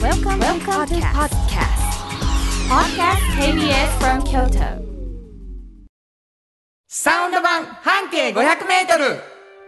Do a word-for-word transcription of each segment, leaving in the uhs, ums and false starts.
Welcome, Welcome to podcast. Podcast ケービーエス from Kyoto. サウンド版半径ごひゃくメートル。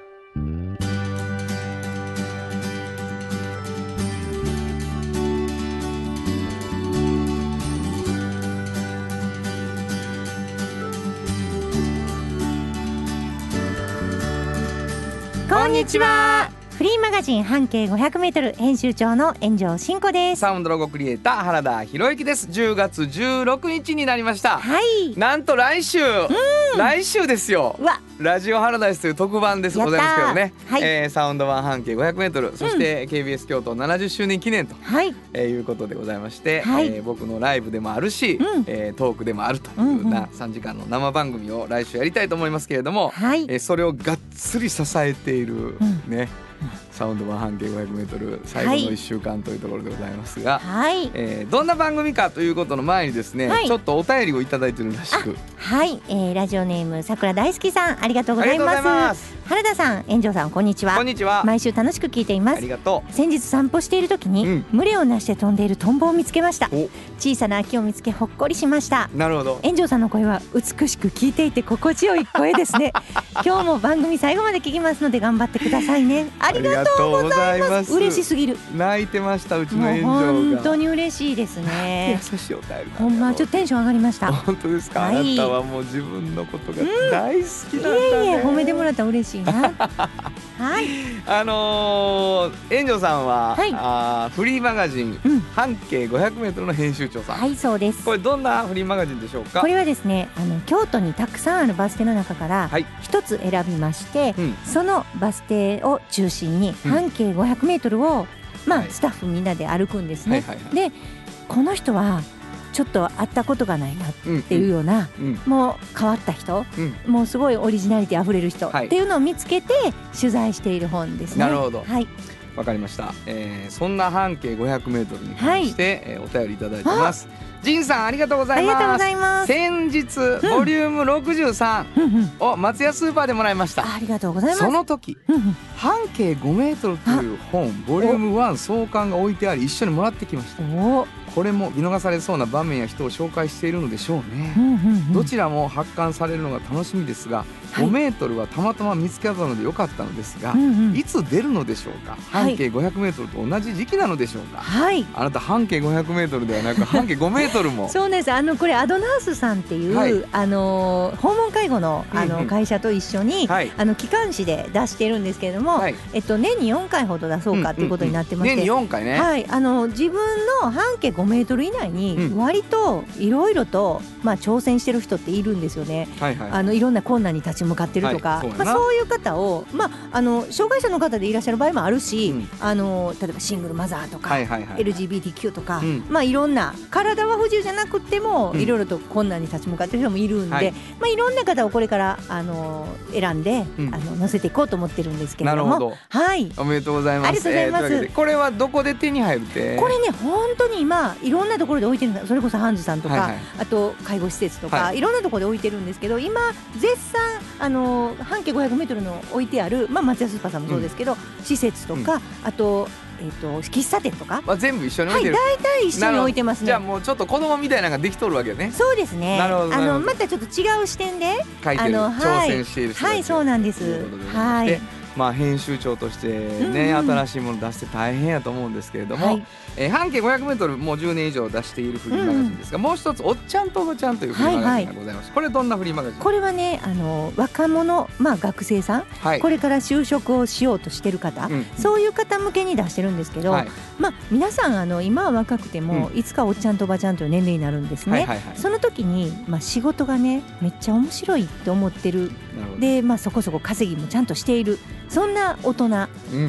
こんにちは。フリーマガジン半径ごひゃくメートル編集長の炎上真子です。 サウンドロゴクリエイター原田博之です。じゅうがつじゅうろくにちになりました。 はい。 なんと来週、来週ですよ。 うわ、 ラジオハラダイスという特番ですございますけどね、 はい、 えー、サウンド版半径ごひゃくメートル、そして ケービーエス 京都ななじゅっしゅうねん記念と、はいえー、いうことでございまして、はいえー、僕のライブでもあるし、うんえー、トークでもあるというようなさんじかんの生番組を来週やりたいと思いますけれども、はいえー、それをがっつり支えている、うん、ねサウンド版半径ごひゃくメートル最後のいっしゅうかんというところでございますが、はいえー、どんな番組かということの前にですね、はい、ちょっとお便りをいただいてるらしく、 はい、えー、ラジオネームさくら大好きさん、ありがとうございます。ます原田さん、炎上さん、こんにちは。 こんにちは。 毎週楽しく聞いています。 ありがとう。 先日散歩している時に、うん、群れをなして飛んでいるトンボを見つけました。小さな秋を見つけほっこりしました。 なるほど。 炎上さんの声は美しく聞いていて心地よい声ですね。今日も番組最後まで聞きますので頑張ってくださいね。ありがとうございます。嬉しすぎる。 泣いてました、うちの炎上が。 本当に嬉しいですね。 優しいお便り。 ほんまちょっとテンション上がりました。 本当ですか、はい、あなたはもう自分のことが大好きなんだね、 うん、いえいえ褒めてもらったら嬉しいな。はい、 あのー、炎上さんは、はい、あフリーマガジン、うん、半径ごひゃくメートルの編集長さん。 はいそうです。 これどんなフリーマガジンでしょうか。 これはですね、あの京都にたくさんあるバス停の中から一つ選びまして、はいうん、そのバス停を中心に半径ごひゃくメートルを、まあ、スタッフみんなで歩くんですね、はいはいはいはい、でこの人はちょっと会ったことがないなっていうような、うんうん、もう変わった人、うん、もうすごいオリジナリティあふれる人っていうのを見つけて取材している本ですね。 なるほど、 はい、 わかりました、えー、そんな半径ごひゃくメートルに関して、はいえー、お便りいただいてます。ジンさんありがとうございます。 ありがとうございます。 先日、うん、ボリュームろくじゅうさんを松屋スーパーでもらいました。 ありがとうございます。 その時、うん、半径ごメートルという本ボリュームいち創刊が置いてあり一緒にもらってきました。おこれも見逃されそうな場面や人を紹介しているのでしょうね、うんうんうん、どちらも発刊されるのが楽しみですが、はい、ごメートルはたまたま見つけたのでよかったのですが、うんうん、いつ出るのでしょうか。半径ごひゃくメートルと同じ時期なのでしょうか。はい、あなた半径ごひゃくメートルではなく半径ごメートルもそうです。あのこれアドナースさんっていう、はい、あの訪問介護 の, あの会社と一緒に、はい、あの機関誌で出しているんですけれども、はいえっと、年によんかいほど出そうかということになってまして、 うんうんうん、年によんかいね、 はい、あの自分の半径ごメートル以内に割といろいろと、まあ、挑戦してる人っているんですよね、はいはい、あのいろんな困難に立ち向かってるとか、はいそうまあ、そういう方を、まあ、あの障害者の方でいらっしゃる場合もあるし、うん、あの例えばシングルマザーとか、はいはいはい、エルジービーティーキュー とか、うんまあ、いろんな体は不自由じゃなくても、うん、いろいろと困難に立ち向かってる人もいるんで、はいまあ、いろんな方をこれからあの選んで、うん、あの載せていこうと思ってるんですけれども。 なるほど、 はい、 おめでとうございます。 ありがとうございます、えー、というわけでこれはどこで手に入るって。 これね本当に今いろんなところで置いてるんだ。それこそハンズさんとか、はいはい、あと介護施設とか、はい、いろんなところで置いてるんですけど、今絶賛あの半径ごひゃくメートルの置いてある、まあ、松屋スーパーさんもそうですけど、うん、施設とか、うん、あとえー、と喫茶店とか、 まあ、全部一緒に置いてる。 はい、大体一緒に置いてますね。 じゃあもうちょっと子供みたいなのができとるわけね。 そうですね。 なるほど、 あのまたちょっと違う視点で書いてる、あの、はい、挑戦している人たち、 はい、そうなんです。はい。 まあ、編集長としてね、うんうん、新しいもの出して大変やと思うんですけれども、はい、えー、半径ごひゃくメートルもうじゅうねん以上出しているフリーマガジンですが、うん、もう一つおっちゃんとおばちゃんというフリーマガジンがございます、はいはい、これどんなフリーマガジン。 これはねあの若者、まあ、学生さん、はい、これから就職をしようとしてる方、うんうん、そういう方向けに出してるんですけど、はい、まあ、皆さんあの今は若くても、うん、いつかおっちゃんとおばちゃんという年齢になるんですね、はいはいはい、その時に、まあ、仕事がねめっちゃ面白いって思ってるで、まあ、そこそこ稼ぎもちゃんとしている、そんな大人、うん、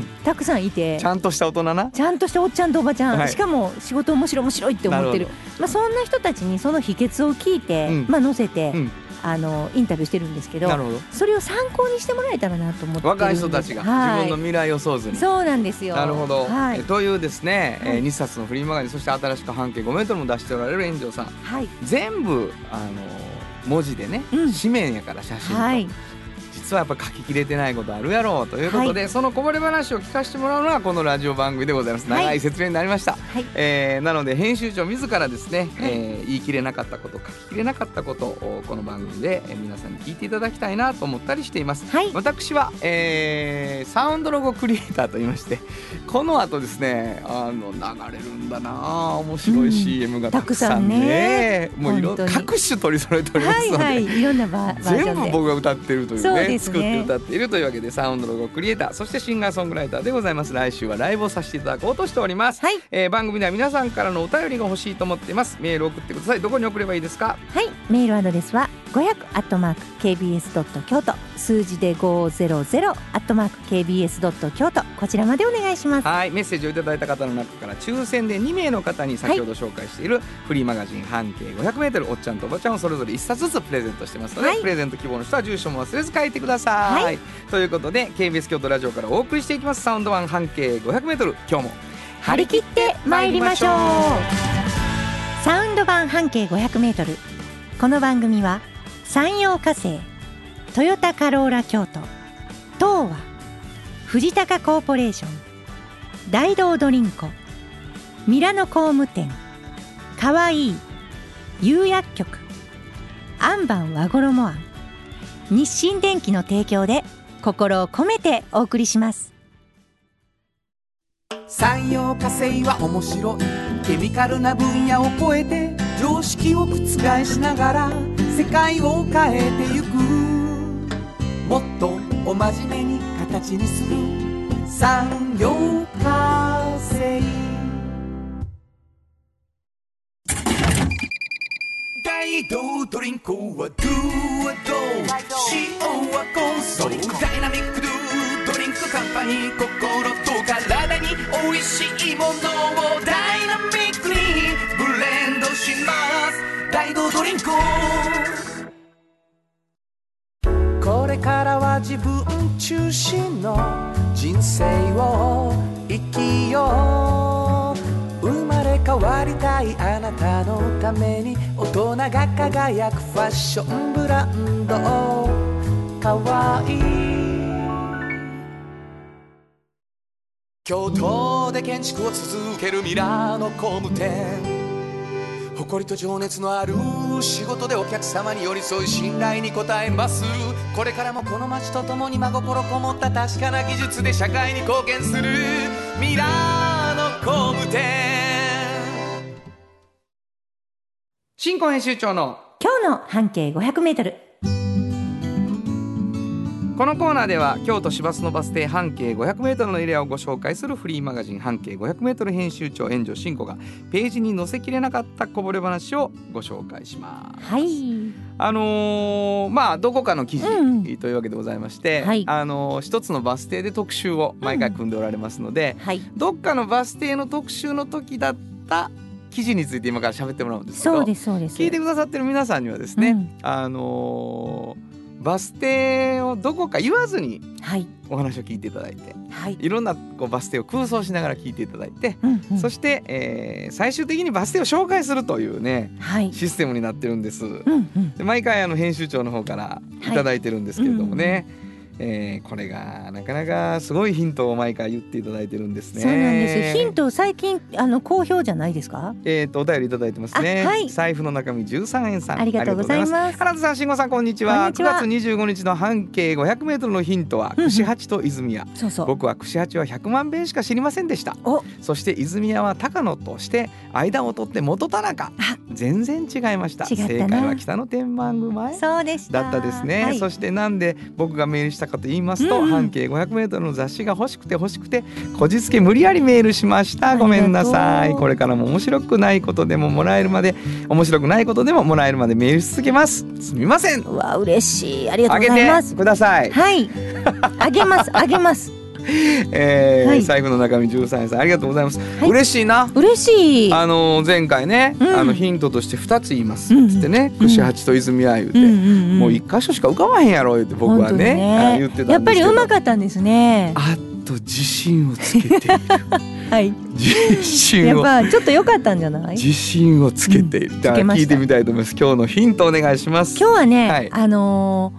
たくさんいて、 ちゃんとした大人な、 ちゃんとしたおっちゃんとおばちゃん、はい、しかも仕事面白い面白いって思ってる、まあ、そんな人たちにその秘訣を聞いて、うんまあ、載せて、うん、あのインタビューしてるんですけど、なるほど、それを参考にしてもらえたらなと思ってるんです。 若い人たちが、はい、自分の未来予想図に。 そうなんですよ。 なるほど、 はい、 えというですね、はい、えー、にさつのフリーマガジン、そして新しく半径ごメートルも出しておられる炎上さん、はい、全部あの文字でね、うん、紙面やから写真と、はい、 実はやっぱ書ききれてないことあるやろうということで、はい、そのこぼれ話を聞かせてもらうのがこのラジオ番組でございます。長い説明になりました、はいえー、なので編集長自らですね、はいえー、言い切れなかったこと書ききれなかったことをこの番組で皆さんに聞いていただきたいなと思ったりしています、はい、私は、えー、サウンドロゴクリエイターといいまして、この後ですねあの流れるんだな面白い シーエム がたくさん ね,、うん、たくさんねもういろ各種取り揃えておりますので、はいはい、いろんなバージョンで全部僕が歌っているという ね, そうですね作って歌っているというわけでサウンドロゴクリエイターそしてシンガーソングライターでございます。来週はライブをさせていただこうとしております、はいえー、番組では皆さんからのお便りが欲しいと思っています。メールを送ってください。どこに送ればいいですか？ はいメールアドレスはごひゃくアットマークケービーエスドット京都数字でごひゃくアットマークケービーエスドット京都こちらまでお願いします。 はいメッセージをいただいた方の中から抽選でに名の方に先ほど紹介しているフリーマガジン半径 ごひゃくメートル おっちゃんとおばちゃんをそれぞれいっさつずつプレゼントしてますので、はい、プレゼント希望の人は住所も忘れず書いてください、はい、ということで ケービーエス 京都ラジオからお送りしていきますサウンド版半径 ごひゃくメートル 今日も張り切って参りましょう。サウンド版半径 ごひゃくメートル この番組は山陽火星トヨタカローラ京都東和藤高コーポレーション大道ドリンコミラノ工務店かわいい釉薬局アンバン和衣庵日清電機の提供で心を込めてお送りします。 産業化成は面白いケミカルな分野を超えて常識を覆しながら世界を変えてゆくもっとお真面目に形にする産業化成大道ドリンクはドゥはド塩はコンソーダイナミックドゥドリンクカンパニー心と体においしいものをダイナミックにブレンドします大道ドリンクこれからは自分中心の人生を生きよう生まれ変わりたいあなたのために大人が輝くファッションブランドかわいい京都で建築を続けるミラノ工務店誇りと情熱のある仕事でお客様に寄り添い信頼に応えますこれからもこの街とともに真心こもった確かな技術で社会に貢献するミラノ工務店新婚編集長の今日の半径 ごひゃくメートル。 このコーナーでは京都市バスのバス停半径 ごひゃくメートルのエリアをご紹介するフリーマガジン半径 ごひゃくメートル 編集長円城真子がページに載せきれなかったこぼれ話をご紹介します。はい、あのー、まあどこかの記事というわけでございまして、うんはい、あのー、一つのバス停で特集を毎回組んでおられますので、うんはい、どっかのバス停の特集の時だった記事について今から喋ってもらうんですけど、 そうですそうです。 聞いてくださってる皆さんにはですね、うん、あのーバス停をどこか言わずにお話を聞いていただいて、はい、いろんなこうバス停を空想しながら聞いていただいて、うんうん、そして、えー、最終的にバス停を紹介するというね、はい、システムになってるんです、うんうん、で毎回あの編集長の方からいただいてるんですけれどもね、はいうんうんえー、これがなかなかすごいヒントを毎回言っていただいてるんですね。 そうなんです。ヒント最近あの好評じゃないですか。 えーとお便りいただいてますね、はい、財布の中身じゅうさんえんさんありがとうございます。 原田さん、慎吾さん、こんにちは。くがつにじゅうごにちの半径 ごひゃくメートル のヒントは串八と泉谷、うん、そうそう僕は串八はひゃくまんべんしか知りませんでした。そして泉谷は高野として間を取って元田中、全然違いました。 違ったな。 正解は北の天満宮前そうでしただったですね、はい、そしてなんで僕がメールしたかと言いますと、うん半径 ごひゃくメートル の雑誌が欲しくて欲しくてこじつけ無理やりメールしました。ごめんなさい。これからも面白くないことでももらえるまで面白くないことでももらえるまでメールし続けます。すみません。 うわ嬉しい。ありがとうございます。 あげてください。 はいあげますあげますえーはい、財布の中身じゅうさんえんさんありがとうございます、はい、嬉しいな。 嬉しい。 あの前回ね、うん、あのヒントとしてふたつ言いますっつってね、うん、串八と泉谷言うて、うんうんうん、もういっかしょしか浮かばへんやろ言って僕は ね, ね言ってたんですけど、 やっぱりうまかったんですね。 あと自信をつけているはい自信をやっぱちょっと良かったんじゃない。 自信をつけている、うん、じゃあ聞いてみたいと思います。今日のヒントお願いします。 今日はね、はい、あのー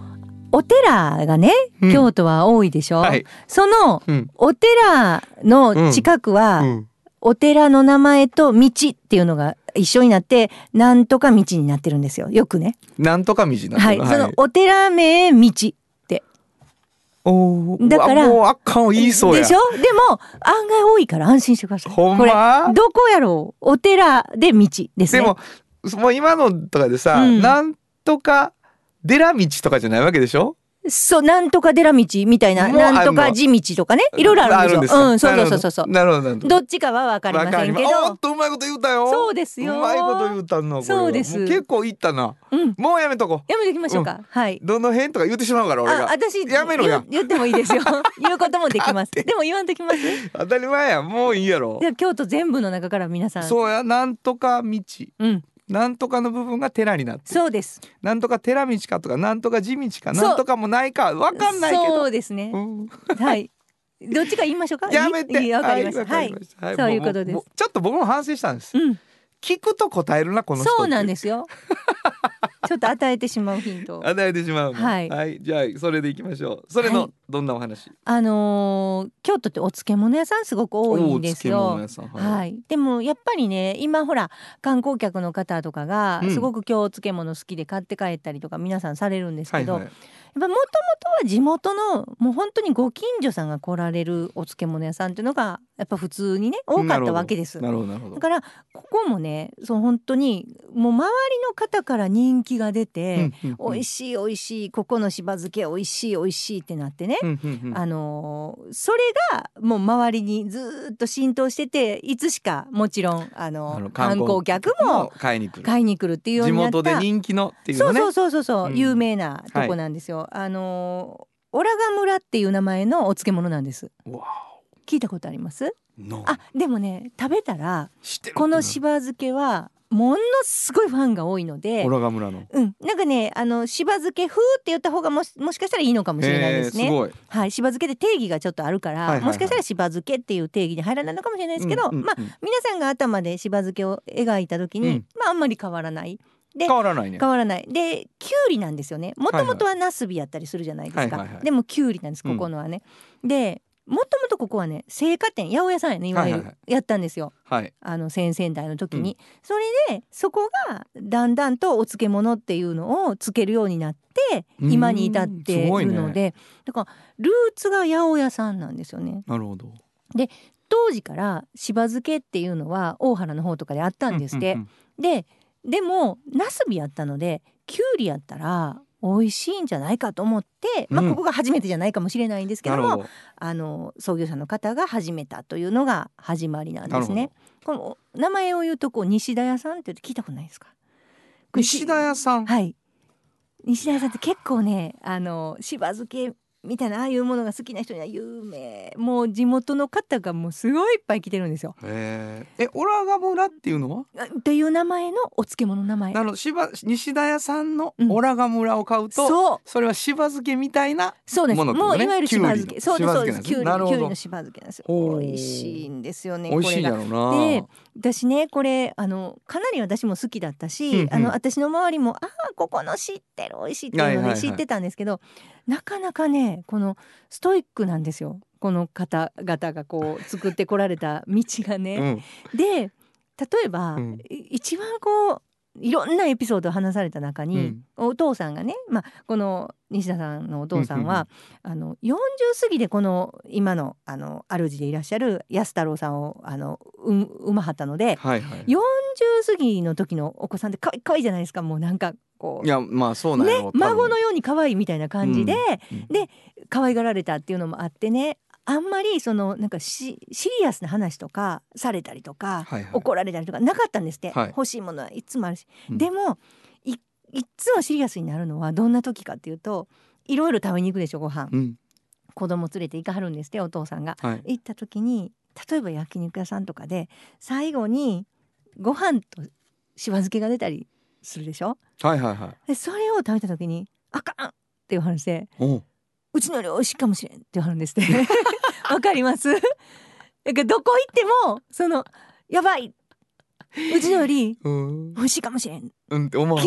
お寺がね、うん、京都は多いでしょ、はい、その、うん、お寺の近くは、うんうん、お寺の名前と道っていうのが一緒になってなんとか道になってるんですよ。よくねなんとか道になってる、 はい、はい、そのお寺名道っておだからもうあかん言いそうやでしょ。でも案外多いから安心してください。 ほんまこれどこやろうお寺で道ですね。 でももう今のとかでさ、うん、なんとか寺道とかじゃないわけでしょ。そうなんとか寺道みたいななんとか地道とかねいろいろあるんですよ。うんそうそうそうそうなるほどなるほど。 どっちかは分かりませんけどおっとうまいこと言うたよ。 そうですようまいこと言うたの。 そうです。 もう結構いったな、うん、もうやめとこうやめときましょうか、うん、はいどの辺とか言ってしまうから俺があ私やめろや言ってもいいですよ言うこともできますでも言わんときます当たり前やもういいやろ。 京都全部の中から皆さんそうやなんとか道うんなんとかの部分が寺になってそうです。 なんとか寺道かとかなんとか地道かなんとかもないか分かんないけどそうですね、うん、はいどっちか言いましょうかやめていいわかりました、はい、はい、そういうことです。 ちょっと僕も反省したんです、うん、聞くと答えるなこの人そうなんですよちょっと与えてしまうヒント与えてしまうはい、はい、じゃあそれでいきましょう。それの、はい、どんなお話。 あのー、京都ってお漬物屋さんすごく多いんですよ。はい、はい、でもやっぱりね今ほら観光客の方とかがすごく京漬物好きで買って帰ったりとか皆さんされるんですけど、はいはい、やっぱもともとは地元のもう本当にご近所さんが来られるお漬物屋さんっていうのがやっぱ普通にね多かったわけです。 なるほどなるほど。 だからここもねそう本当にもう周りの方から人気が出て、うんうんうん、美味しい美味しいここのしば漬け美味しい美味しいってなってね、うんうんうん、あのー、それがもう周りにずっと浸透してていつしかもちろんあのあの観光客も買いに来る買いに来るっていうようになった地元で人気のっていうのねそうそうそうそう、うん、有名なとこなんですよ、はい、あのー、オラガ村っていう名前のお漬物なんです。 わ聞いたことあります？ No. あでもね食べたらこのしば漬けはものすごいファンが多いのでオラガ村のうんなんかねあのしば漬け風って言った方がも し, もしかしたらいいのかもしれないですね。 すごいはいしば漬けで定義がちょっとあるから、はいはいはい、もしかしたらしば漬けっていう定義に入らないのかもしれないですけど、うんうんうん、まあ皆さんが頭でしば漬けを描いた時に、うん、まああんまり変わらないで変わらないね変わらないできゅうりなんですよね。もともとはナスビやったりするじゃないですか、はいはいはいはい、でもきゅうりなんですここのはね、うん、でもともとここはね青果店八百屋さんやねいわゆる、はいはいはい、やったんですよ、はい、あの先々代の時に、うん、それでそこがだんだんとお漬物っていうのをつけるようになって今に至っているので、ね、だからルーツが八百屋さんなんですよね。 なるほど。 で当時からしば漬けっていうのは大原の方とかであったんですって、うんうんうん、ででもナスビやったのできゅうりやったら美味しいんじゃないかと思って、まあ、ここが初めてじゃないかもしれないんですけども、うん、あの創業者の方が始めたというのが始まりなんですね。この名前を言うとこう西田屋さんって言って聞いたことないですか？ 西田屋さんはい西田屋さんって結構ねあのしば漬けみたいなああいうものが好きな人には有名もう地元の方がもうすごいいっぱい来てるんですよ。 へえオラガ村っていうのはっていう名前のお漬物の名前なのしば西田屋さんのオラガ村を買うと、うん、そうそれはしば漬けみたいなもの、ね、 そうですもういわゆるしば漬けそうですそうですきゅうりのしば漬けなんですよ。美味しいんですよね。 美味しいんやろうな。 で私ねこれあのかなり私も好きだったし、うんうん、あの私の周りもああここの知ってる美味しいっていうので、ねはいはいはい、知ってたんですけどなかなかねこのストイックなんですよこの方々がこう作ってこられた道がね、うん、で例えば、うん、一番こういろんなエピソードを話された中に、うん、お父さんがね、まあ、この西田さんのお父さんは、うんうんうん、あのよんじゅう過ぎでこの今のあの主でいらっしゃる安太郎さんをあの産まはったので、はいはい、よんじゅう過ぎの時のお子さんってかわいかわいいじゃないですか。もうなんかこういやまあそうなんやろ、 ね、孫のように可愛いみたいな感じで、うんうん、で可愛がられたっていうのもあってねあんまりそのなんかシリアスな話とかされたりとか、はいはい、怒られたりとかなかったんですって、はい、欲しいものはいつもあるし、うん、でも い, いつもシリアスになるのはどんな時かっていうといろいろ食べに行くでしょご飯、うん、子供連れて行かはるんですってお父さんが、はい、行った時に例えば焼肉屋さんとかで最後にご飯としば漬けが出たりするでしょ、 はいはいはい、 でそれを食べた時にあかんっていう話でうちのより美味しいかもしれんって言われるんですってわかりますだからどこ行ってもそのやばいうちのより美味しいかもしれん、 うんって思わんの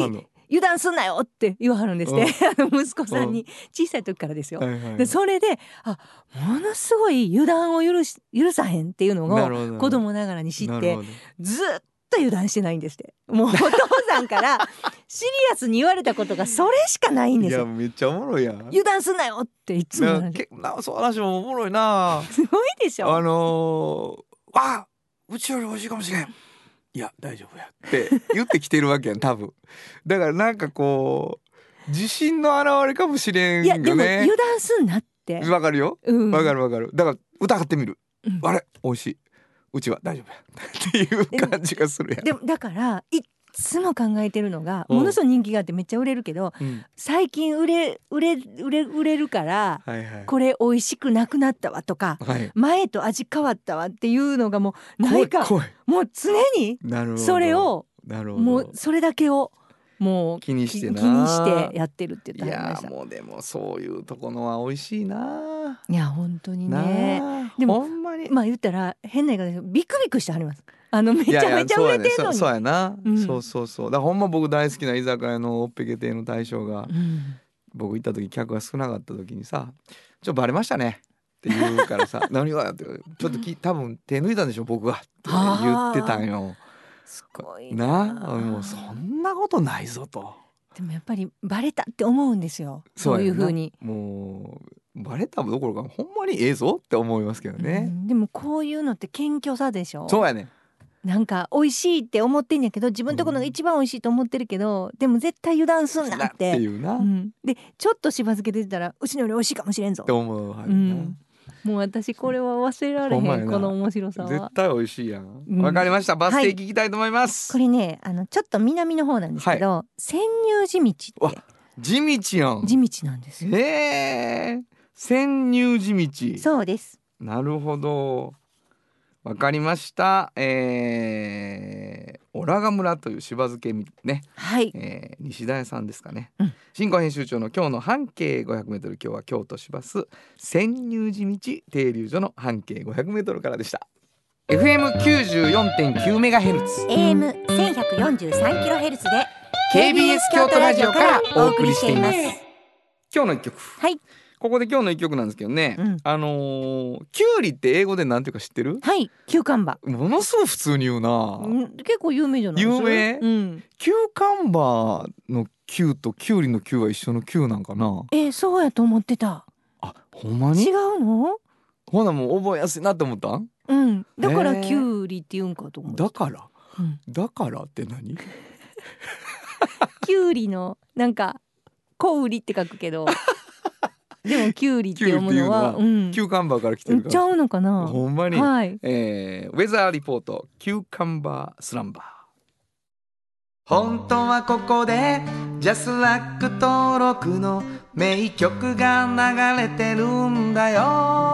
油断すんなよって言わはるんですね息子さんに小さい時からですよ、はいはい、でそれであものすごい油断を許し許さへんっていうのを子供ながらに知ってずっと油断してないんですって。もうお父さんからシリアスに言われたことがそれしかないんですよ。 いやめっちゃおもろいやん。 油断すんなよっていつも言われて。 なその話もおもろいな。 すごいでしょ。 あのー、あうちより美味しいかもしれん。いや大丈夫やって言ってきてるわけやん多分。だからなんかこう自信の表れかもしれんよね。 いやでも油断すんなって。 わかるよ。わ、うん、かるわかる。だから疑ってみる。うん、あれ美味しい。うちは大丈夫やっていう感じがするやん。 でもだからいつも考えてるのがものすごい人気があってめっちゃ売れるけど、うん、最近売れ売れ売れ売れるから、はいはい、これ美味しくなくなったわとか、はい、前と味変わったわっていうのがもうないかもう常にそれをもうそれだけをもう気にしてな気にしてやってるって言ってはりました。 いやもうでもそういうとこのは美味しいな。 いや本当にね。でもほんまにまあ言ったら変な言い方でビクビクしてはります。あのめちゃめちゃ売れてんのに。 そうやな、うん、そうそうそうだからほんま僕大好きな居酒屋のおっぺけ亭の大将が、うん、僕行った時客が少なかった時にさちょっとバレましたねって言うからさ何がやってちょっとき多分手抜いたんでしょ僕がって言ってたんよ。 すごいな。 なもうそんなことないぞと。 でもやっぱりバレたって思うんですよ。そういう風にもうバレたどころかほんまにええぞって思いますけどね、うん、 でもこういうのって謙虚さでしょ。 そうやね。 なんか美味しいって思ってんやけど自分のところが一番美味しいと思ってるけど、うん、でも絶対油断すんなって、 っていうな、 うん、でちょっとしば漬け出てたらうちのより美味しいかもしれんぞって思うはずな、 うんもう私これは忘れられへんこの面白さは絶対美味しいやん。わ、うん、かりました。バス停聞きたいと思います、 はい、これねあのちょっと南の方なんですけど、はい、潜入地道って地道やん。 地道なんですよ。 へー潜入地道。 そうです。 なるほどわかりました。えー、オラガ村というしば漬けね、 はいえー、西田屋さんですかね、 うん、 新婚編集長の今日の半径 ごひゃくメートル 今日は京都市バス潜入地道停留所の半径 ごひゃくメートル からでした。 エフエムきゅうじゅうよんてんきゅうメガヘルツエーエムせんひゃくよんじゅうさんキロヘルツ でケービーエス 京都ラジオからお送りしています。今日の一曲、 はい、 ここで今日の一曲なんですけどね、うん、あのー、キュウリって英語でなんていうか知ってる？ はい、キューカンバー。 ものすごい普通に言うな、 うん、結構有名じゃないですか。 有名、 うん、 キューカンバーのキューとキュウリのキューは一緒のキューなんかな。 えー、そうやと思ってた。 あ、ほんまに？ 違うの？ ほなもう覚えやすいなって思ったん？ うん、だからキュウリって言うんかと思う。 だから、 うん、 だからって何？ キュウリのなんか小売りって書くけどでもキュウリって読むのは、 うん、キューカンバーから来てるからちゃうのかな。 ほんまに、 はい、 えー、ウェザーリポートキューカンバースランバー。本当はここでジャスラック登録の名曲が流れてるんだよ。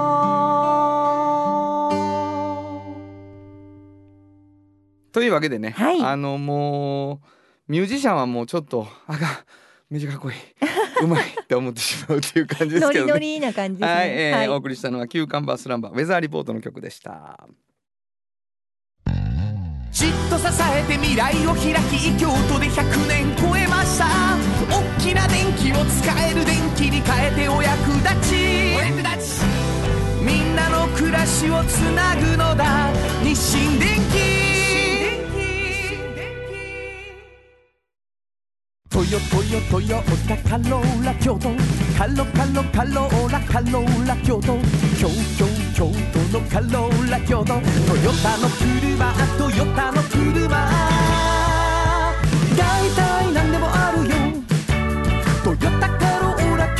というわけでね、 はい、 あのもうミュージシャンはもうちょっとあかんめっちゃかっこいいうまいって思ってしまうっていう感じですけどね。 ノリノリな感じですね。 はい、えーはい、 お送りしたのはキューカンバースランバーウェザーリポートの曲でした。 じっと支えて未来を開き京都でひゃくねん超えました。大きな電気を使える電気に変えてお役立ちお役立ちみんなの暮らしをつなぐのだ日清電気。トヨトヨトヨタカローラ京都カロカロカローラカローラ京都京京京都のカローラ京都トヨタの車トヨタの車だいたいなんでもあるよトヨタカローラ京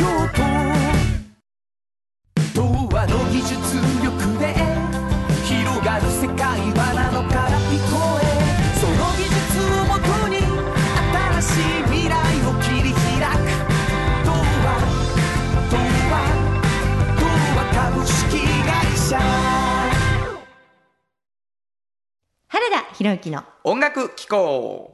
都童話の技術力で広がる世界はなのから聞こえその技術をもとに新しい未来を切り開く東和東和東和株式会社原田博之の音楽機構。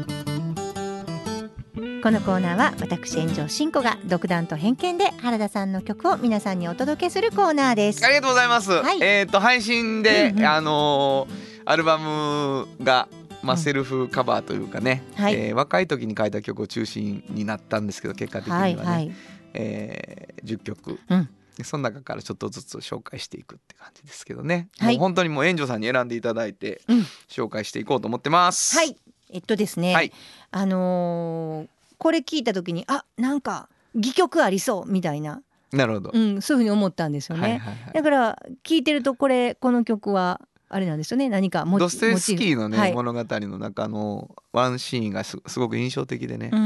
このコーナーは私炎上真子が独断と偏見で原田さんの曲を皆さんにお届けするコーナーです。 ありがとうございます、 はい、 えーと配信で、 うんうん、 あのー、アルバムがまあ、セルフカバーというかね、 はい、 えー、若い時に書いた曲を中心になったんですけど結果的にはね、はいはい、えー、じゅっきょく、うん、でその中からちょっとずつ紹介していくって感じですけどね、はい、もう本当にもう援助さんに選んでいただいて紹介していこうと思ってます、 うん、はいえっとですね、はい、あのー、これ聞いた時にあなんか戯曲ありそうみたいな、 なるほど、 うん、そういうふうに思ったんですよね、はいはいはい、だから聞いてるとこれこの曲はあれなんですよね、何かモチドストエフスキーのね、はい、物語の中のワンシーンが す, すごく印象的でね、うん、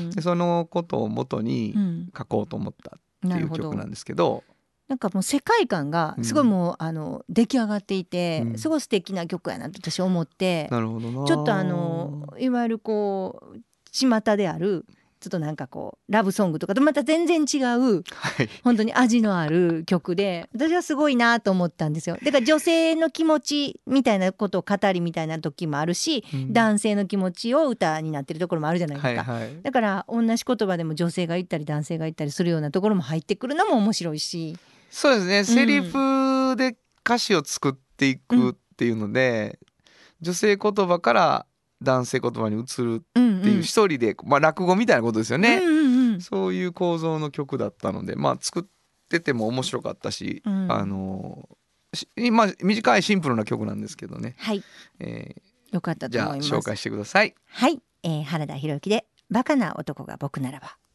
でそのことを元に書こうと思ったっていう曲なんですけど、うん、 なんかもう世界観がすごいもう、うん、あの出来上がっていて、うん、すごい素敵な曲やなって私思って、 なるほどな、 ちょっとあのいわゆるこう巷であるちょっとなんかこうラブソングとかとまた全然違う、はい、本当に味のある曲で私はすごいなと思ったんですよ。だから女性の気持ちみたいなことを語りみたいな時もあるし、うん、男性の気持ちを歌になってるところもあるじゃないですか、はいはい、だから同じ言葉でも女性が言ったり男性が言ったりするようなところも入ってくるのも面白いし、 そうですね、うん、セリフで歌詞を作っていくっていうので、うん、女性言葉から男性言葉に移るっていう一人で、まあ、落語みたいなことですよね、うんうんうん、そういう構造の曲だったので、まあ、作ってても面白かったし、うん、あのまあ、短いシンプルな曲なんですけどね、 はい、えー、よかったと思います。 じゃあ紹介してください。 はい、えー、原田裕之でバカな男が僕ならば。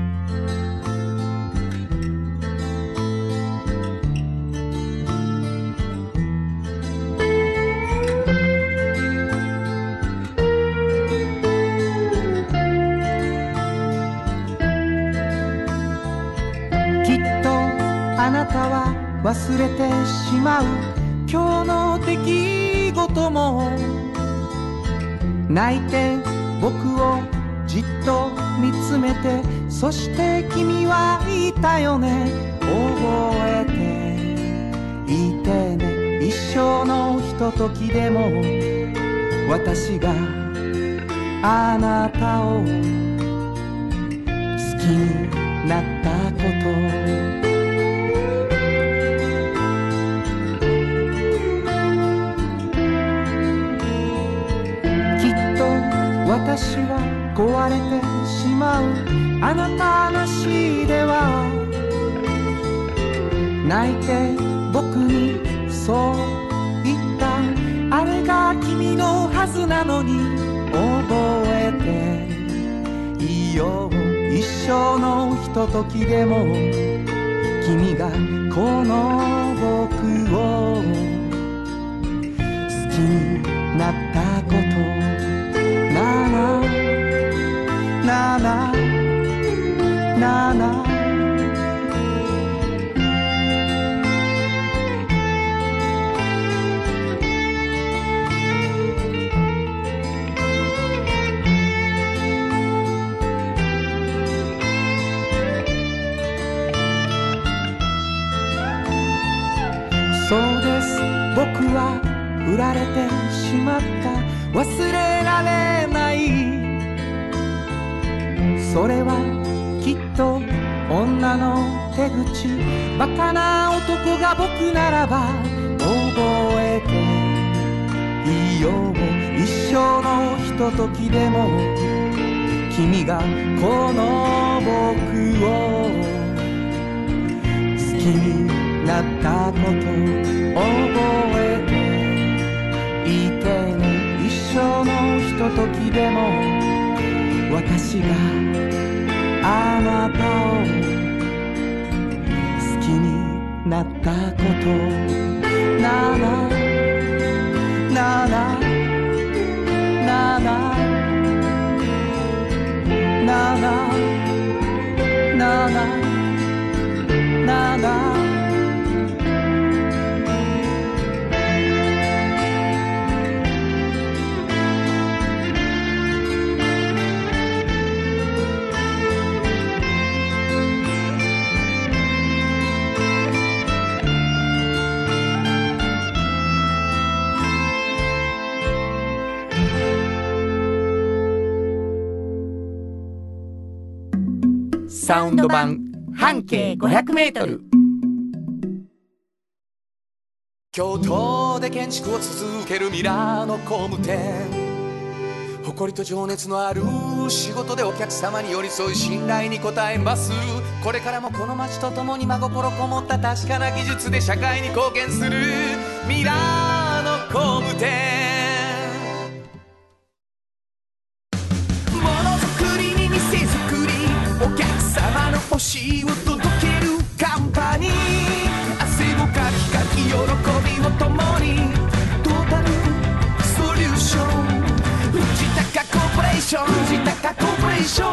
あなたは忘れてしまう今日の出来事も、泣いて僕をじっと見つめて、そして君は言ったよね、覚えていてね、一生のひとときでも私があなたを好きになったこと、私は壊れてしまうあなたなしでは、泣いて僕にそう言った、あれが君のはずなのに、覚えていいよ、一生のひとときでも君がこの僕を好きになったこと、ななななななそうです、僕は振られてしまった、忘れられない、それはきっと女の手口、バカな男が僕ならば、覚えていいよ、一生のひとときでも君がこの僕を好きになったこと、覚えていてね、一生のひとときでも私があなたを好きになったこと、なななななななななななサウンド版半径ごひゃくメートル。 京都で建築を続けるミラーの工務店、 誇りと情熱のある仕事でお客様に寄り添い信頼に応えます。これからもこの街とともに真心こもった確かな技術で社会に貢献するミラーの工務店。ものづくりに店づくり、お客様の欲しいを届けるカンパニー。汗をかきかき喜びを共にトータルソリューション。藤高コーポレーション、藤高コーポレーション。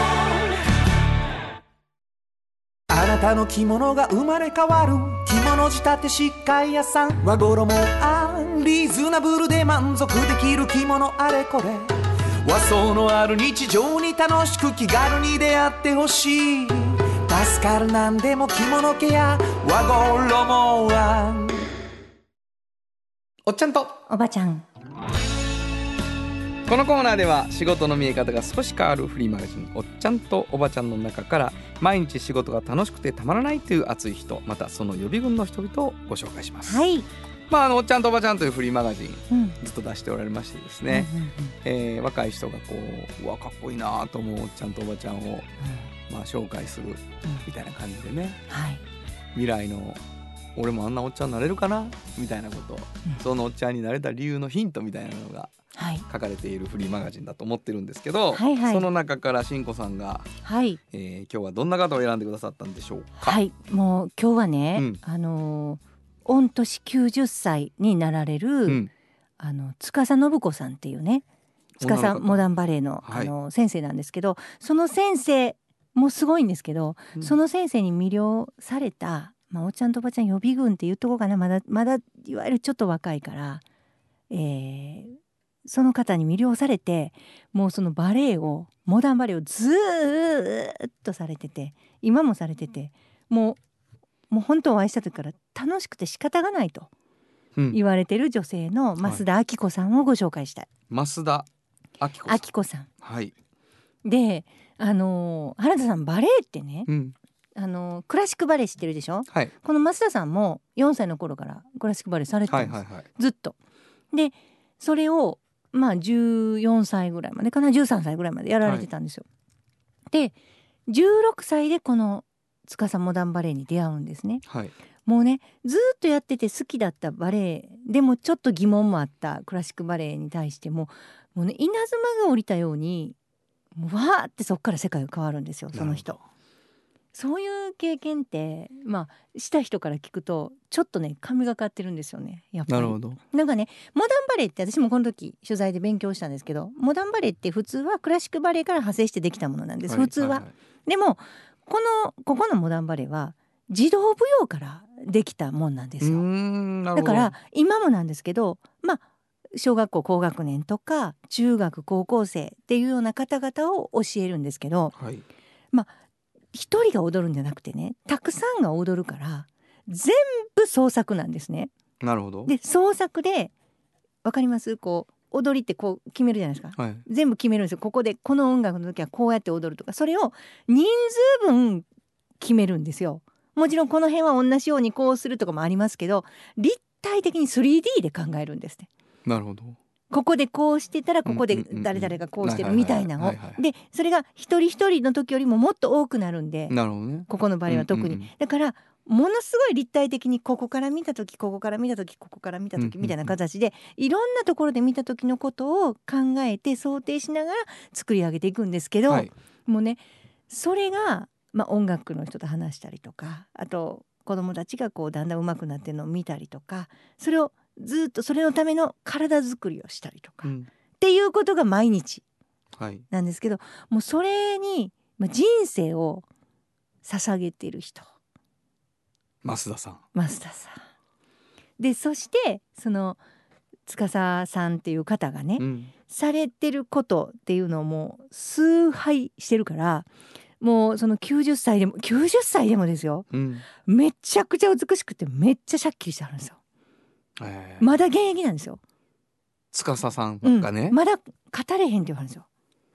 あなたの着物が生まれ変わる着物仕立て疾患屋さん。和衣あんリーズナブルで満足できる着物あれこれ。和装のある日常に楽しく気軽に出会ってほしい。助かるなんでも着物ケア和衣あん。 おっちゃんとおばちゃん。 このコーナーでは仕事の見え方が少し変わるフリーマガジンおっちゃんとおばちゃんの中から毎日仕事が楽しくてたまらないという熱い人、またその予備軍の人々をご紹介します。 はい。 まあ、あのおっちゃんとおばちゃんというフリーマガジン、 うん、 ずっと出しておられましてですね、うんうんうん、えー、若い人がこう、うわかっこいいなと思うおっちゃんとおばちゃんを、うん、まあ、紹介するみたいな感じでね、 うん、はい、 未来の俺もあんなおっちゃんになれるかなみたいなこと、うん、そのおっちゃんになれた理由のヒントみたいなのが書かれているフリーマガジンだと思ってるんですけど、はいはい、その中からしんこさんが、はい、えー、今日はどんな方を選んでくださったんでしょうか。 はい、もう今日はね、うん、あのー、御年きゅうじゅっさいになられる、うん、あの司信子さんっていうね、司モダンバレー の、はい、あの先生なんですけど、その先生もすごいんですけど、うん、その先生に魅了された、まあ、おっちゃんとおばちゃん予備軍っていうとこかな、まだまだいわゆるちょっと若いから、えー、その方に魅了されて、もうそのバレエをモダンバレエをずーっとされてて、今もされてて、もうもう本当お会いした時から楽しくて仕方がないと言われてる女性の増田明子さんをご紹介したい、 はい、増田明子さん、 明子さん、 はい、 で、あのー、原田さんバレエってね、うん、あのー、クラシックバレエ知ってるでしょ、はい、この増田さんもよんさいの頃からクラシックバレエされてたんです、はいはいはい、ずっと。でそれをまあじゅうよんさいぐらいまでかな、じゅうさんさいぐらいまでやられてたんですよ、はい、でじゅうろくさいでこの司モダンバレエに出会うんですね、はい、もうねずっとやってて好きだったバレエでもちょっと疑問もあったクラシックバレエに対してももうね、稲妻が降りたようにもうわーってそっから世界が変わるんですよ、その人。そういう経験ってまあした人から聞くとちょっとね神がかってるんですよね、やっぱり。 なるほど。 なんかねモダンバレエって私もこの時取材で勉強したんですけど、モダンバレエって普通はクラシックバレエから派生してできたものなんです、はい、普通は、はいはい、でもこのここのモダンバレエは児童舞踊からできたもんなんですよ。だから今もなんですけど、まあ小学校高学年とか中学高校生っていうような方々を教えるんですけど、はい、まあ一人が踊るんじゃなくてね、たくさんが踊るから全部創作なんですね。 なるほど。 で創作でわかります？こう踊りってこう決めるじゃないですか、はい、全部決めるんですよ。ここでこの音楽の時はこうやって踊るとか、それを人数分決めるんですよ。もちろんこの辺は同じようにこうするとかもありますけど、立体的に スリーディー で考えるんですね。 なるほど。 ここでこうしてたらここで誰々がこうしてるみたいなのを、でそれが一人一人の時よりももっと多くなるんで、 なるほどね、 ここの場合は特に、うんうんうん、だからものすごい立体的にここから見た時ここから見た時ここから見た時みたいな形で、いろんなところで見た時のことを考えて想定しながら作り上げていくんですけど、はい、もうねそれが、まあ、音楽の人と話したりとか、あと子どもたちがこうだんだん上手くなってるのを見たりとか、それをずっとそれのための体作りをしたりとか、うん、っていうことが毎日なんですけど、はい、もうそれに人生を捧げている人、 増田さん増田さんで、そしてその司さんっていう方がね、うん、されてることっていうのをもう崇拝してるから、もうそのきゅうじゅっさいでもきゅうじゅっさいでもですよ、うん、めちゃくちゃ美しくてめっちゃシャッキリしてあるんですよ。えー、まだ現役なんですよ、 司さんがね、 うん、まだ語れへんって言われるんですよ。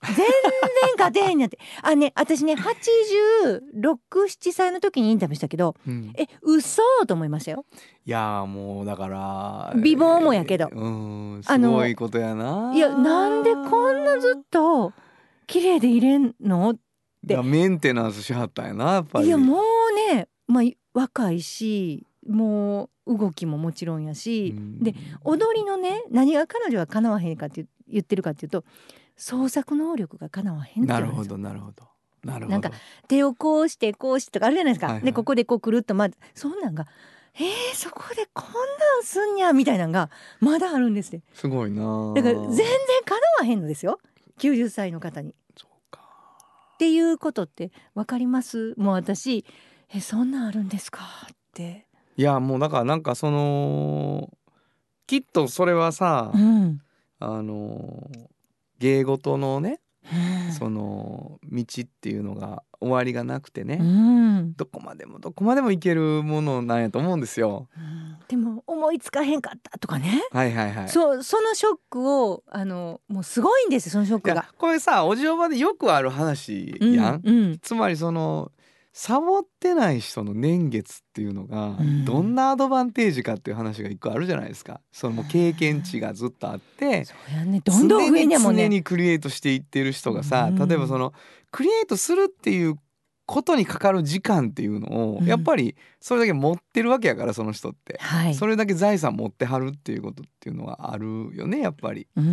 全然勝てへんやってあね私ねはちじゅうろく、ななさいの時にインタビューしたけど、うん、え嘘と思いましたよ。 いやもうだから美貌もやけど、 えー、うんすごいことやな。 いやなんでこんなずっと綺麗でいれんのってメンテナンスしはったんやなやっぱり。 いやもうね、まあ、若いしもう動きももちろんやし、うん、で踊りのね何が彼女はかなわへんかって言ってるかっていうと創作能力がかなわへんって言うんですよ。 なるほどなるほどなるほど。 なんか手をこうしてこうしてとかあるじゃないですか、はいはい、でここでこうくるっとまずそんなんがえー、そこでこんなんすんやみたいなのがまだあるんですって。 すごいな。 だから全然かなわへんのですよきゅうじゅっさいの方に。 そうかっていうことって分かります？もう私えそんなんあるんですかって。 いやもうだからなんかそのきっとそれはさ、うん、あの芸事のね、うん、その道っていうのが終わりがなくてね、うん、どこまでもどこまでもいけるものなんやと思うんですよ、 うん、でも思いつかへんかったとかね、 はいはいはい、 そ, そのショックをあのもうすごいんですそのショックが。いやこれさおじおばでよくある話やん、うんうん、つまりそのサボってない人の年月っていうのがどんなアドバンテージかっていう話が一個あるじゃないですか。そのもう経験値がずっとあって、 そうやね、どんどん増えんやもんね。 常にクリエイトしていっている人がさ、例えばそのクリエイトするっていうことにかかる時間っていうのを、うん、やっぱりそれだけ持ってるわけやからその人って、はい、それだけ財産持ってはるっていうことっていうのはあるよねやっぱり、うん、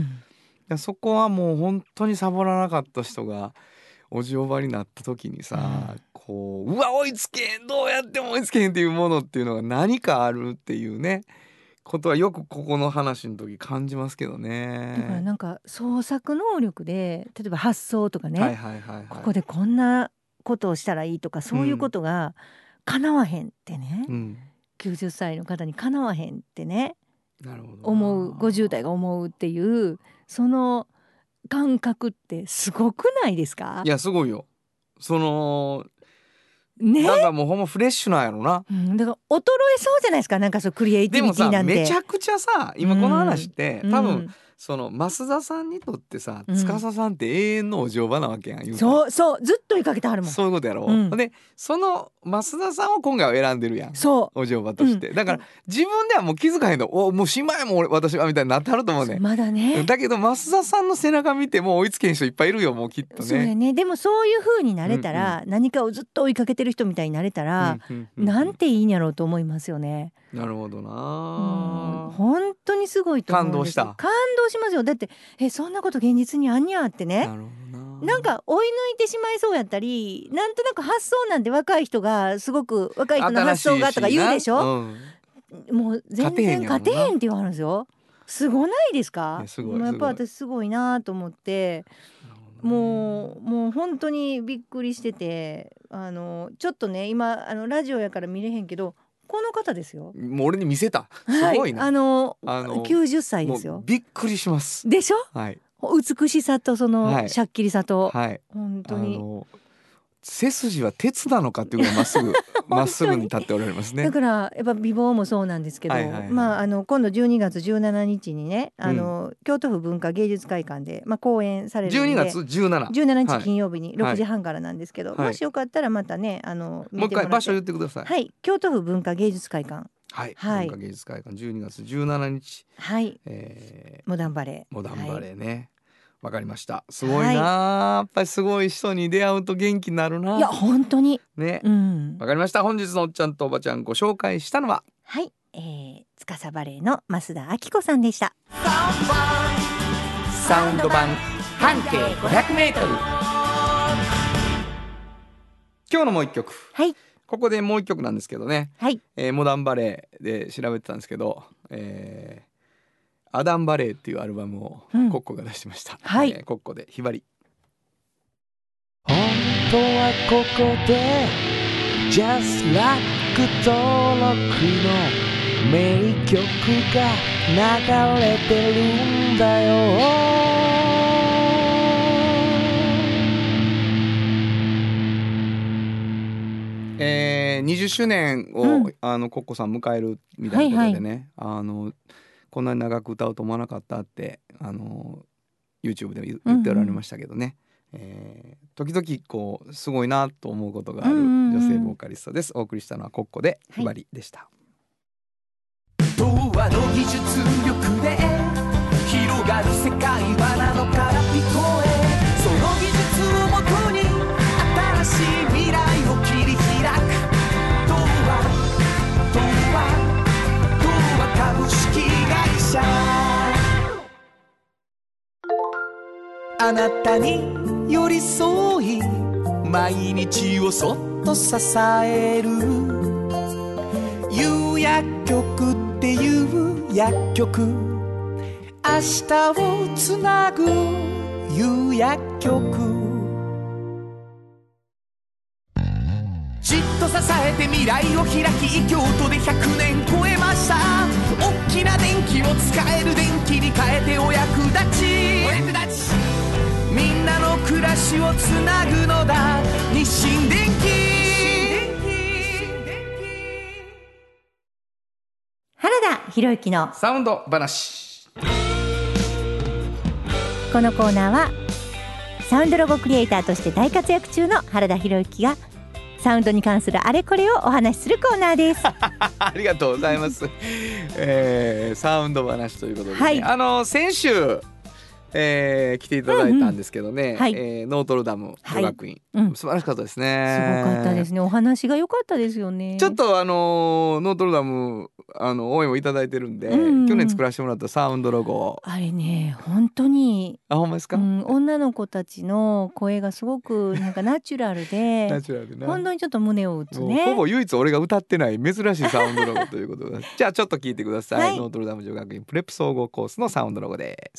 そこはもう本当にサボらなかった人がおじおばになった時にさ、うん、こううわ追いつけへんどうやっても追いつけへんっていうものっていうのが何かあるっていうねことはよくここの話の時感じますけどね。 だからなんか創作能力で例えば発想とかね、はいはいはいはい、ここでこんなことをしたらいいとかそういうことが叶わへんってね、うん、きゅうじゅっさいの方に叶わへんってね、なるほど思うごじゅう代が思うっていうその感覚ってすごくないですか？ いやすごいよ。そのね、だからもうほんまフレッシュなんやろな、 うん、だから衰えそうじゃないですか。なんかそうクリエイティビティなんてでもさめちゃくちゃさ今この話って、うん、多分、うんその増田さんにとってさ、うん、司さんって永遠のお嬢場なわけやん。言うそうそうずっと追いかけてはるもん。 そういうことやろ、うん、でその増田さんを今回は選んでるやん。そうお嬢場として、うん、だから自分ではもう気づかへんのおもうしまいも俺私はみたいになってはると思うね。 まだね。 だけど増田さんの背中見ても追いつけん人いっぱいいるよもうきっとね。 そうやね。でもそういう風になれたら、うんうん、何かをずっと追いかけてる人みたいになれたら、うんうんうんうん、なんていいんやろうと思いますよね。 なるほどな、うん、 本当にすごいと思うんです。 感動した。 感動しますよ。だってえそんなこと現実にあんにゃってね。なるほどな。なんか追い抜いてしまいそうやったりなんとなく発想なんて若い人がすごく若い人の発想がとか言うでしょ、うん、もう全然勝てへんって言わはるんですよ。すごないですか？すごいやっぱ私すごいなと思ってもうもう本当にびっくりしててあのちょっとね今あのラジオやから見れへんけどこの方ですよ。 もう俺に見せた。すごいな、 はい、あのあのきゅうじゅっさいですよ。 びっくりしますでしょ、 はい、 美しさとそのしゃっきりさと、はい、本当にあの背筋は鉄なのかっていうぐらいまっすぐまっすぐに立っておられますね。 だからやっぱ美貌もそうなんですけど、はいはいはい、まああの今度じゅうにがつじゅうしちにちにねあの、うん、京都府文化芸術会館で、まあ、講演されるんでじゅうにがつじゅうしちじゅうしちにち金曜日にろくじはんからなんですけど、はい、もしよかったらまたねあのもう一回場所言ってください。 はい、京都府文化芸術会館はい、はい、文化芸術会館じゅうにがつじゅうしちにち、 はいえー、モダンバレーモダンバレーね、わ、はい、かりました。すごいな、はい、やっぱりすごい人に出会うと元気になるな。 いや本当にね、うん、わかりました。本日のおっちゃんとおばちゃんご紹介したのははい、えー、つかさバレーの増田明子さんでした。 サウンド版半径ごひゃくメートル。 今日のもう一曲、 はい、 ここでもう一曲なんですけどね、 はいえー、モダンバレーで調べてたんですけど、えー、アダンバレーっていうアルバムをコッコが出してました、うんはいえー、コッコでひばり。 本当はここで Just Like 登録の名曲が流れてるんだよ。 えー、にじゅっしゅうねんを、うん、あのコッコさん迎えるみたいなことでね、はいはい、あのこんなに長く歌うと思わなかったってあの YouTube で言っておられましたけどね、うんうんえー、時々こうすごいなと思うことがある女性ボーカリストです。お送りしたのはコッコでひばりでした。 童話の技術力で広がる世界はなのから聞こえ、その技術をもとに新しい未来を切り開く童話童話童話株式会社、あなたに寄り添い毎日をそっと支える有薬局っていう薬局、明日をつなぐ有薬局、じっと支えて未来を開き京都でひゃくねん超えました。大きな電気を使える電気に変えてお役立ち、お役立ちみんなの暮らしをつなぐのだ日清電気。 原田博之のサウンド話。 このコーナーはサウンドロゴクリエイターとして大活躍中の原田博之がサウンドに関するあれこれをお話しするコーナーですありがとうございます、えー、サウンド話ということで、ねはい、あの先週えー、来ていただいたんですけどね、うんうんはいえー、ノートルダム女学院、はいうん、素晴らしかったですね。 すごかったですね。お話が良かったですよね。 ちょっとあのノートルダムあの応援をいただいてるんで、うんうん、去年作らせてもらったサウンドロゴあれね本当にあほんまですか、 うん、女の子たちの声がすごくなんかナチュラルでナチュラルな本当にちょっと胸を打つね。 ほぼ唯一俺が歌ってない珍しいサウンドロゴということでじゃあちょっと聞いてください、はい、ノートルダム女学院プレップ総合コースのサウンドロゴです。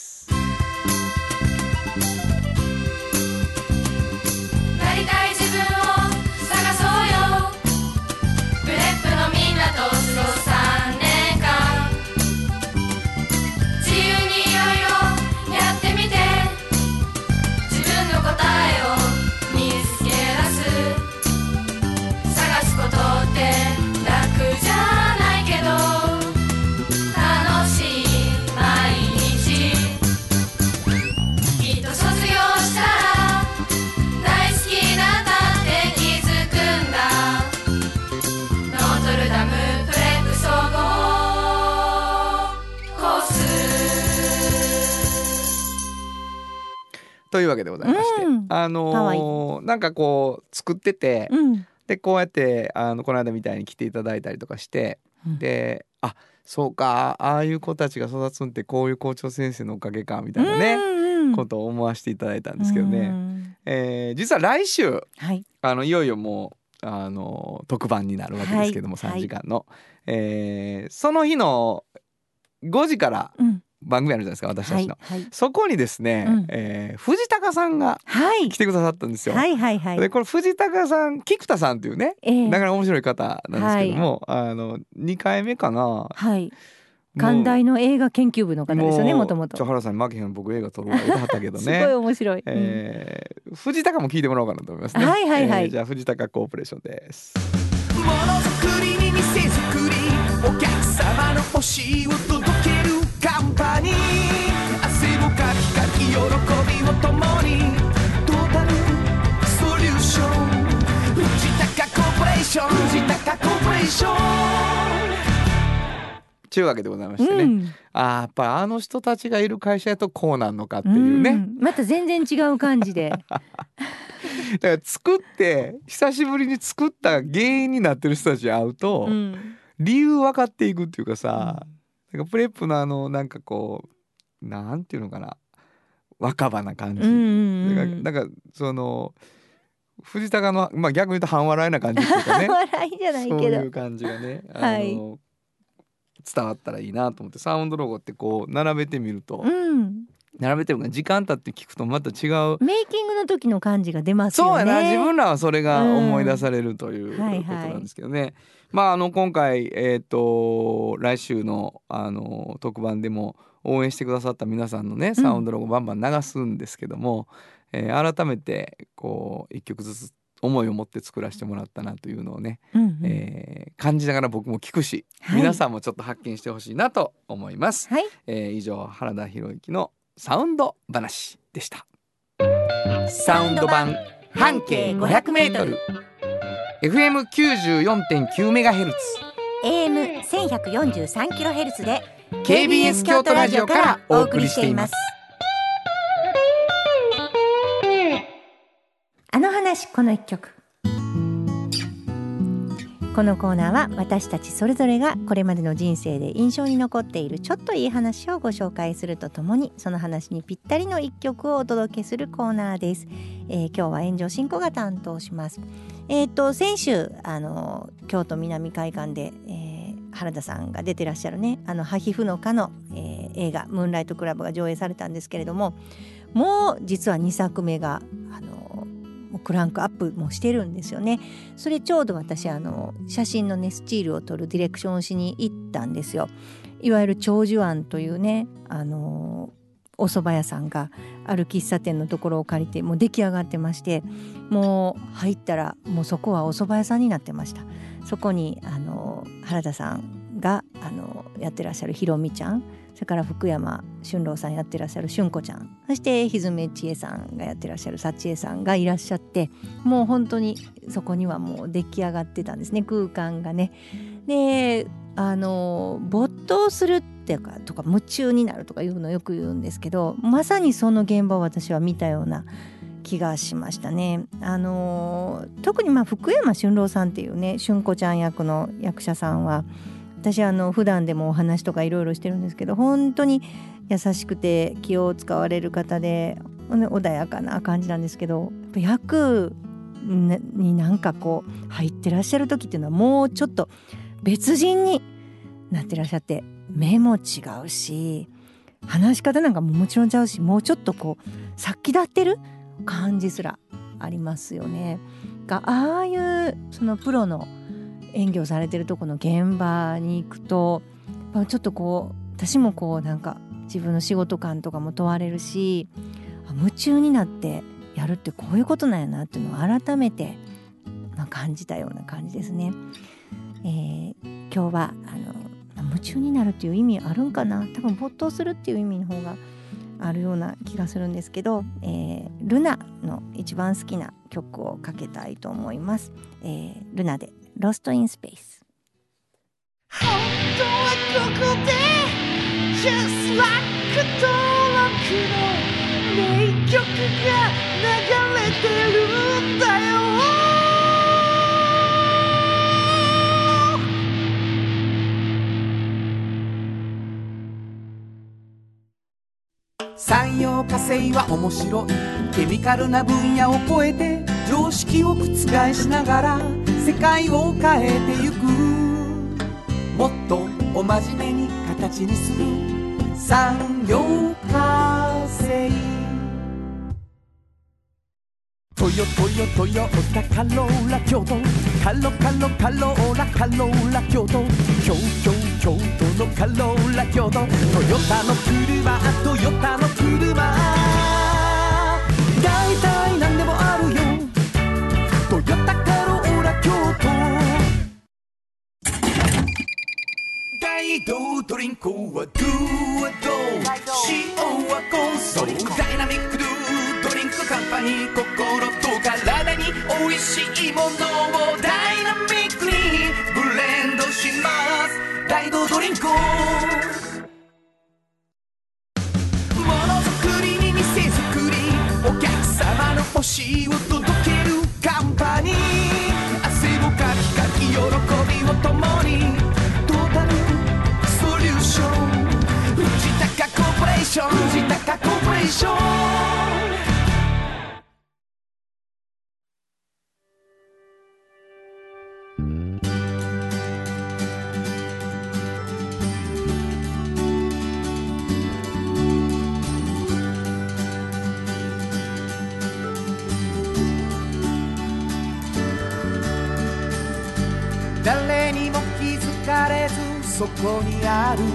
というわけでございまして、うん、あのー、なんかこう作ってて、うん、でこうやってあのこの間みたいに来ていただいたりとかして、うん、であそうかああいう子たちが育つんってこういう校長先生のおかげかみたいなね、うんうん、ことを思わせていただいたんですけどね、うんえー、実は来週、はい、あのいよいよもうあの特番になるわけですけども、はい、さんじかんの、はいえー、その日のごじから番組あるじゃないですか私たちの、はいはい、そこにですね、うんえー、藤高さんが来てくださったんですよ、はいはいはいはい、でこれ藤高さん菊田さんっていうね、えー、なかなか面白い方なんですけども、はい、あのにかいめかな、はい、 関大の映画研究部の方ですよねもともと。 原さんに負けへん僕映画撮るわ言ってはったけどねすごい面白い、 えー、藤高も聞いてもらおうかなと思いますね。はいはいはい、えー、じゃあ藤高コーポレーションです。 ものづくりに店づくりお客様の欲しいを届けるカンパニー汗をかきかき喜びを共にトータルソリューション藤高コーポレーション藤高コーポレーションというわけでございましてね、うん、あやっぱあの人たちがいる会社やとこうなんのかっていうね、うん、 また全然違う感じでだから作って久しぶりに作った原因になってる人たちに会うと、うん、理由分かっていくっていうかさ、うん、なんかプレップのあのなんかこうなんていうのかな若葉な感じ、うんうんうん、だからその藤高の、まあ、逆に言うと半笑いな感じっていうかね笑いじゃないけどそういう感じがねあの、はい伝わったらいいなと思ってサウンドロゴってこう並べてみると、うん、並べてるから時間経って聞くとまた違うメイキングの時の感じが出ますよね。 そうやな自分らはそれが思い出されるということなんですけどね、うんはいはい、まああの今回えっと来週のあの特番でも応援してくださった皆さんのねサウンドロゴバンバン流すんですけども、うんえー、改めてこう一曲ずつ思いを持って作らせてもらったなというのをね、うんうんえー、感じながら僕も聞くし、はい、皆さんもちょっと発見してほしいなと思います、はいえー、以上原田博之のサウンド話でした。サウンド版半径 ごひゃくメートル エフエムきゅうじゅうよんてんきゅうメガヘルツエーエムせんひゃくよんじゅうさんキロヘルツ でケービーエス 京都ラジオからお送りしています。 あの話この一曲。このコーナーは私たちそれぞれがこれまでの人生で印象に残っているちょっといい話をご紹介するとともに、その話にぴったりの一曲をお届けするコーナーです。えー、今日は炎上進行が担当します。えー、と先週あの京都南会館で、えー、原田さんが出てらっしゃるね、あのハヒフノカの、えー、映画ムーンライトクラブが上映されたんですけれども、もう実はにさくめがあのクランクアップもしてるんですよね。それちょうど私あの写真のねスチールを撮るディレクションをしに行ったんですよ。いわゆる長寿庵というね、あのお蕎麦屋さんがある喫茶店のところを借りてもう出来上がってまして、もう入ったらもうそこはお蕎麦屋さんになってました。そこにあの原田さんがあのやってらっしゃるひろみちゃん、それから福山俊郎さんやってらっしゃるしゅんこちゃん、そしてひずめちえさんがやってらっしゃるさちえさんがいらっしゃって、もう本当にそこにはもう出来上がってたんですね、空間がね。であの没頭するっていうかとか夢中になるとかいうのよく言うんですけど、まさにその現場を私は見たような気がしましたね。あの特にまあ福山俊郎さんっていうね、しゅんこちゃん役の役者さんは、私あの普段でもお話とかいろいろしてるんですけど、本当に優しくて気を使われる方で、穏やかな感じなんですけど、役になんかこう入ってらっしゃる時っていうのはもうちょっと別人になってらっしゃって、目も違うし話し方なんかももちろんちゃうし、もうちょっとこう殺気立ってる感じすらありますよね。がああいうそのプロの演技をされてるとこの現場に行くと、ちょっとこう私もこうなんか自分の仕事感とかも問われるし、夢中になってやるってこういうことなんやなっていうのを改めて感じたような感じですね。えー、今日はあの夢中になるっていう意味あるんかな、多分没頭するっていう意味の方があるような気がするんですけど、えー、ルナの一番好きな曲をかけたいと思います。えー、ルナでLost in Space。 本当はここで Just like 登録の名曲が流れてるんだよ。 産業化成は面白いケミカルな分野を超えて常識を覆しながら世界を変えてゆく、もっとお真面目に形にする産業化成。トヨトヨトヨタカローラ京都、カロカロカローラカローラ京都、京京京都のカローラ京都、トヨタの車トヨタの車、だいたいなんでもあるよトヨタカローラ京都。大道ドリンクはドゥはド塩はコンソーダイナミックドゥドリンクカンパニー、心と体に美味しいものをダイナミックにブレンドします。大道ドリンク、ものづくりに店づくり、お客様の欲しいを届けるカンパニー、汗をかきかき喜びを共にトータルソリューション、藤高コーポレーション、藤高コーポレーション。誰にも気づかれずそこにある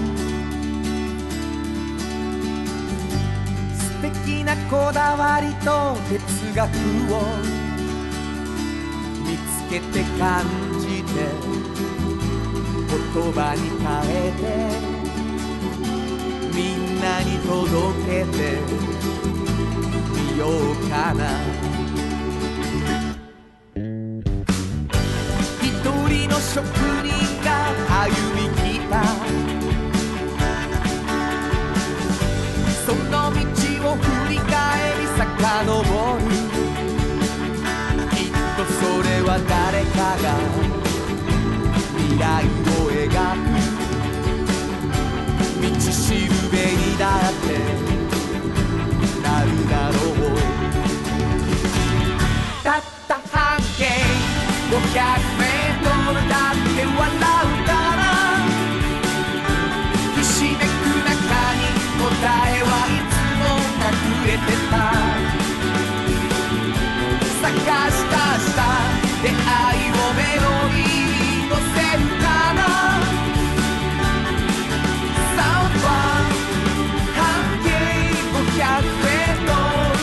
素敵なこだわりと哲学を見つけて感じて言葉に変えてみんなに届けてみようかな。一人の職人が歩み来たその道を振り返り遡る。きっとそれは誰かが未来を描く道しるべにだってなるだろう。たった半径ごひゃくメートルだって笑うからひしめく中に答えはいつも隠れてた。探し出した出会いをメロディーに乗せるかな。サウンドは半径ごひゃくメートル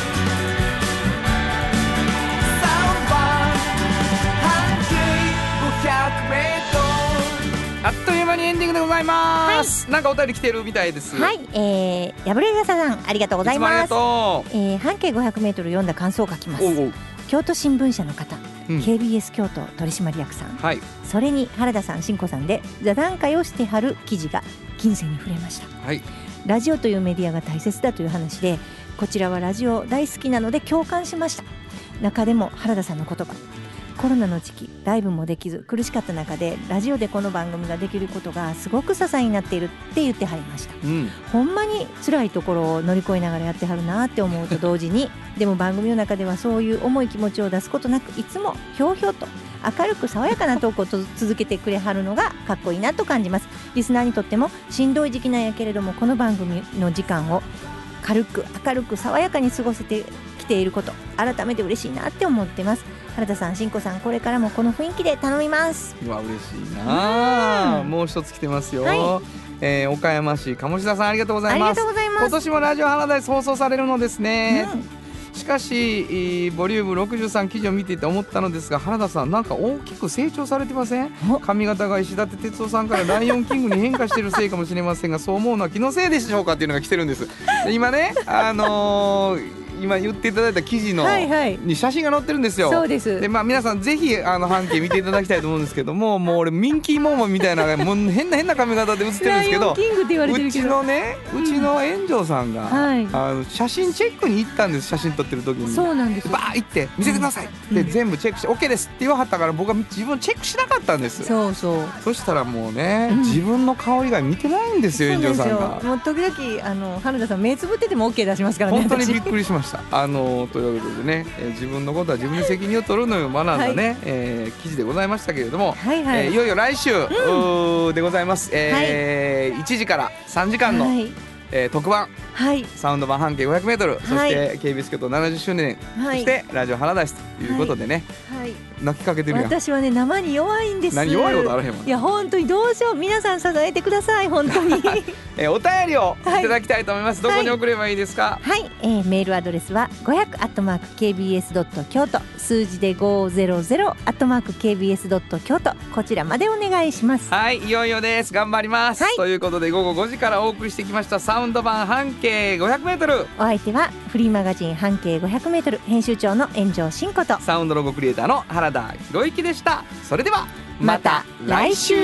サウンドは半径ごひゃくメートル。 あっという間にエンディングでございます、はい、なんかお便り来てるみたいです。 はい、えー、やぶれがささんありがとうございます。 いつもありがとう。 えー、半径ごひゃくメートル読んだ感想を書きます。 おうおう京都新聞社の方、 うん、 ケービーエス 京都取締役さん、 はい、 それに原田さん新子さんで座談会をしてはる記事が金銭に触れました、 はい、 ラジオというメディアが大切だという話でこちらはラジオ大好きなので共感しました。中でも原田さんの言葉、コロナの時期ライブもできず苦しかった中でラジオでこの番組ができることがすごく支えになっているって言ってはりました、 うん、 ほんまに辛いところを乗り越えながらやってはるなって思うと同時にでも番組の中ではそういう重い気持ちを出すことなくいつもひょうひょうと明るく爽やかなトークをと続けてくれはるのがかっこいいなと感じます。リスナーにとってもしんどい時期なんやけれどもこの番組の時間を軽く明るく爽やかに過ごせてきていること改めて嬉しいなって思ってます。原田さん、新子さん、これからもこの雰囲気で頼みます。 うわ嬉しいな。もう一つ来てますよ、はい、えー、岡山市鴨志田さんありがとうございます。 ありがとうございます。 今年もラジオハラダイス放送されるのですね、 うん、 しかしボリュームろくじゅうさん記事を見ていて思ったのですが原田さんなんか大きく成長されてません？髪型が石立哲夫さんからライオンキングに変化しているせいかもしれませんがそう思うのは気のせいでしょうかっていうのが来てるんです。今ねあのー今言っていただいた記事の、はいはい、に写真が載ってるんですよ。 そうです。 で、まあ、皆さんぜひあの半径見ていただきたいと思うんですけどももう俺ミンキーモーマンみたいなもう変な変な髪型で写ってるんですけどライオンキングって言われてるけどうちのねうちの炎上さんが、うんはい、あの写真チェックに行ったんです。写真撮ってる時にそうなんです。 バー行って見せてください、うん、で全部チェックして OK ですって言わはったから僕は自分チェックしなかったんです。 そうそう。 そしたらもうね、うん、自分の顔以外見てないんですよ炎上さんが。 もう時々あの原田さん目つぶってても OK 出しますからね。 本当にびっくりしました。あのということでね、えー、自分のことは自分で責任を取るのを学んだね、はい、えー、記事でございましたけれども、はいはい、えー、いよいよ来週、うん、でございます、えーはい、いちじからさんじかんの、はい、えー、特番、はい、サウンド版半径ごひゃくメートル、はい、そして ケービーエス 京都ななじゅっしゅうねん、はい、そしてラジオハラダイスということでね、はいはい、泣きかけてるやん。 私はね生に弱いんです。 何弱いことあらへんわ。 いや本当にどうしよう皆さん支えてください本当に、 えー、お便りをいただきたいと思います、はい、どこに送ればいいですか？ はい、はい、えー、メールアドレスはごひゃくアットマークケービーエスドット京都数字でごひゃくアットマークケービーエスドット京都こちらまでお願いします。 はい、いよいよです。頑張ります、はい、ということで午後ごじからお送りしてきましたサウンド版半径ごひゃくメートル。 お相手はフリーマガジン半径ごひゃくメートル編集長の炎上真子とサウンドロゴクリエイターの原田博之でした。それではまた来週。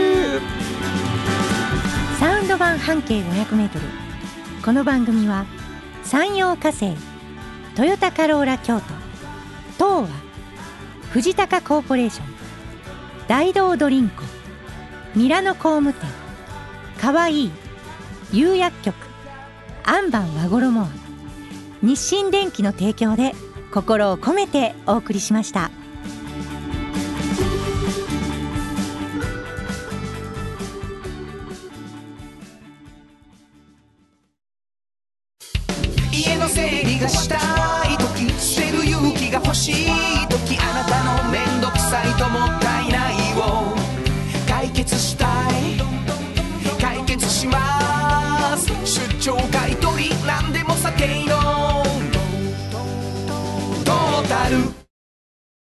サウンド版半径ごひゃくメートル。この番組は山陽火星、トヨタカローラ京都、東和、藤高コーポレーション、大道ドリンク、ミラノ工務店、かわいい、釉薬局、アンバン和衣庵、日清電機の提供で心を込めてお送りしました。 家の整理がしたい時捨てる勇気が欲しい時あなたの面倒くさいともったいないを解決した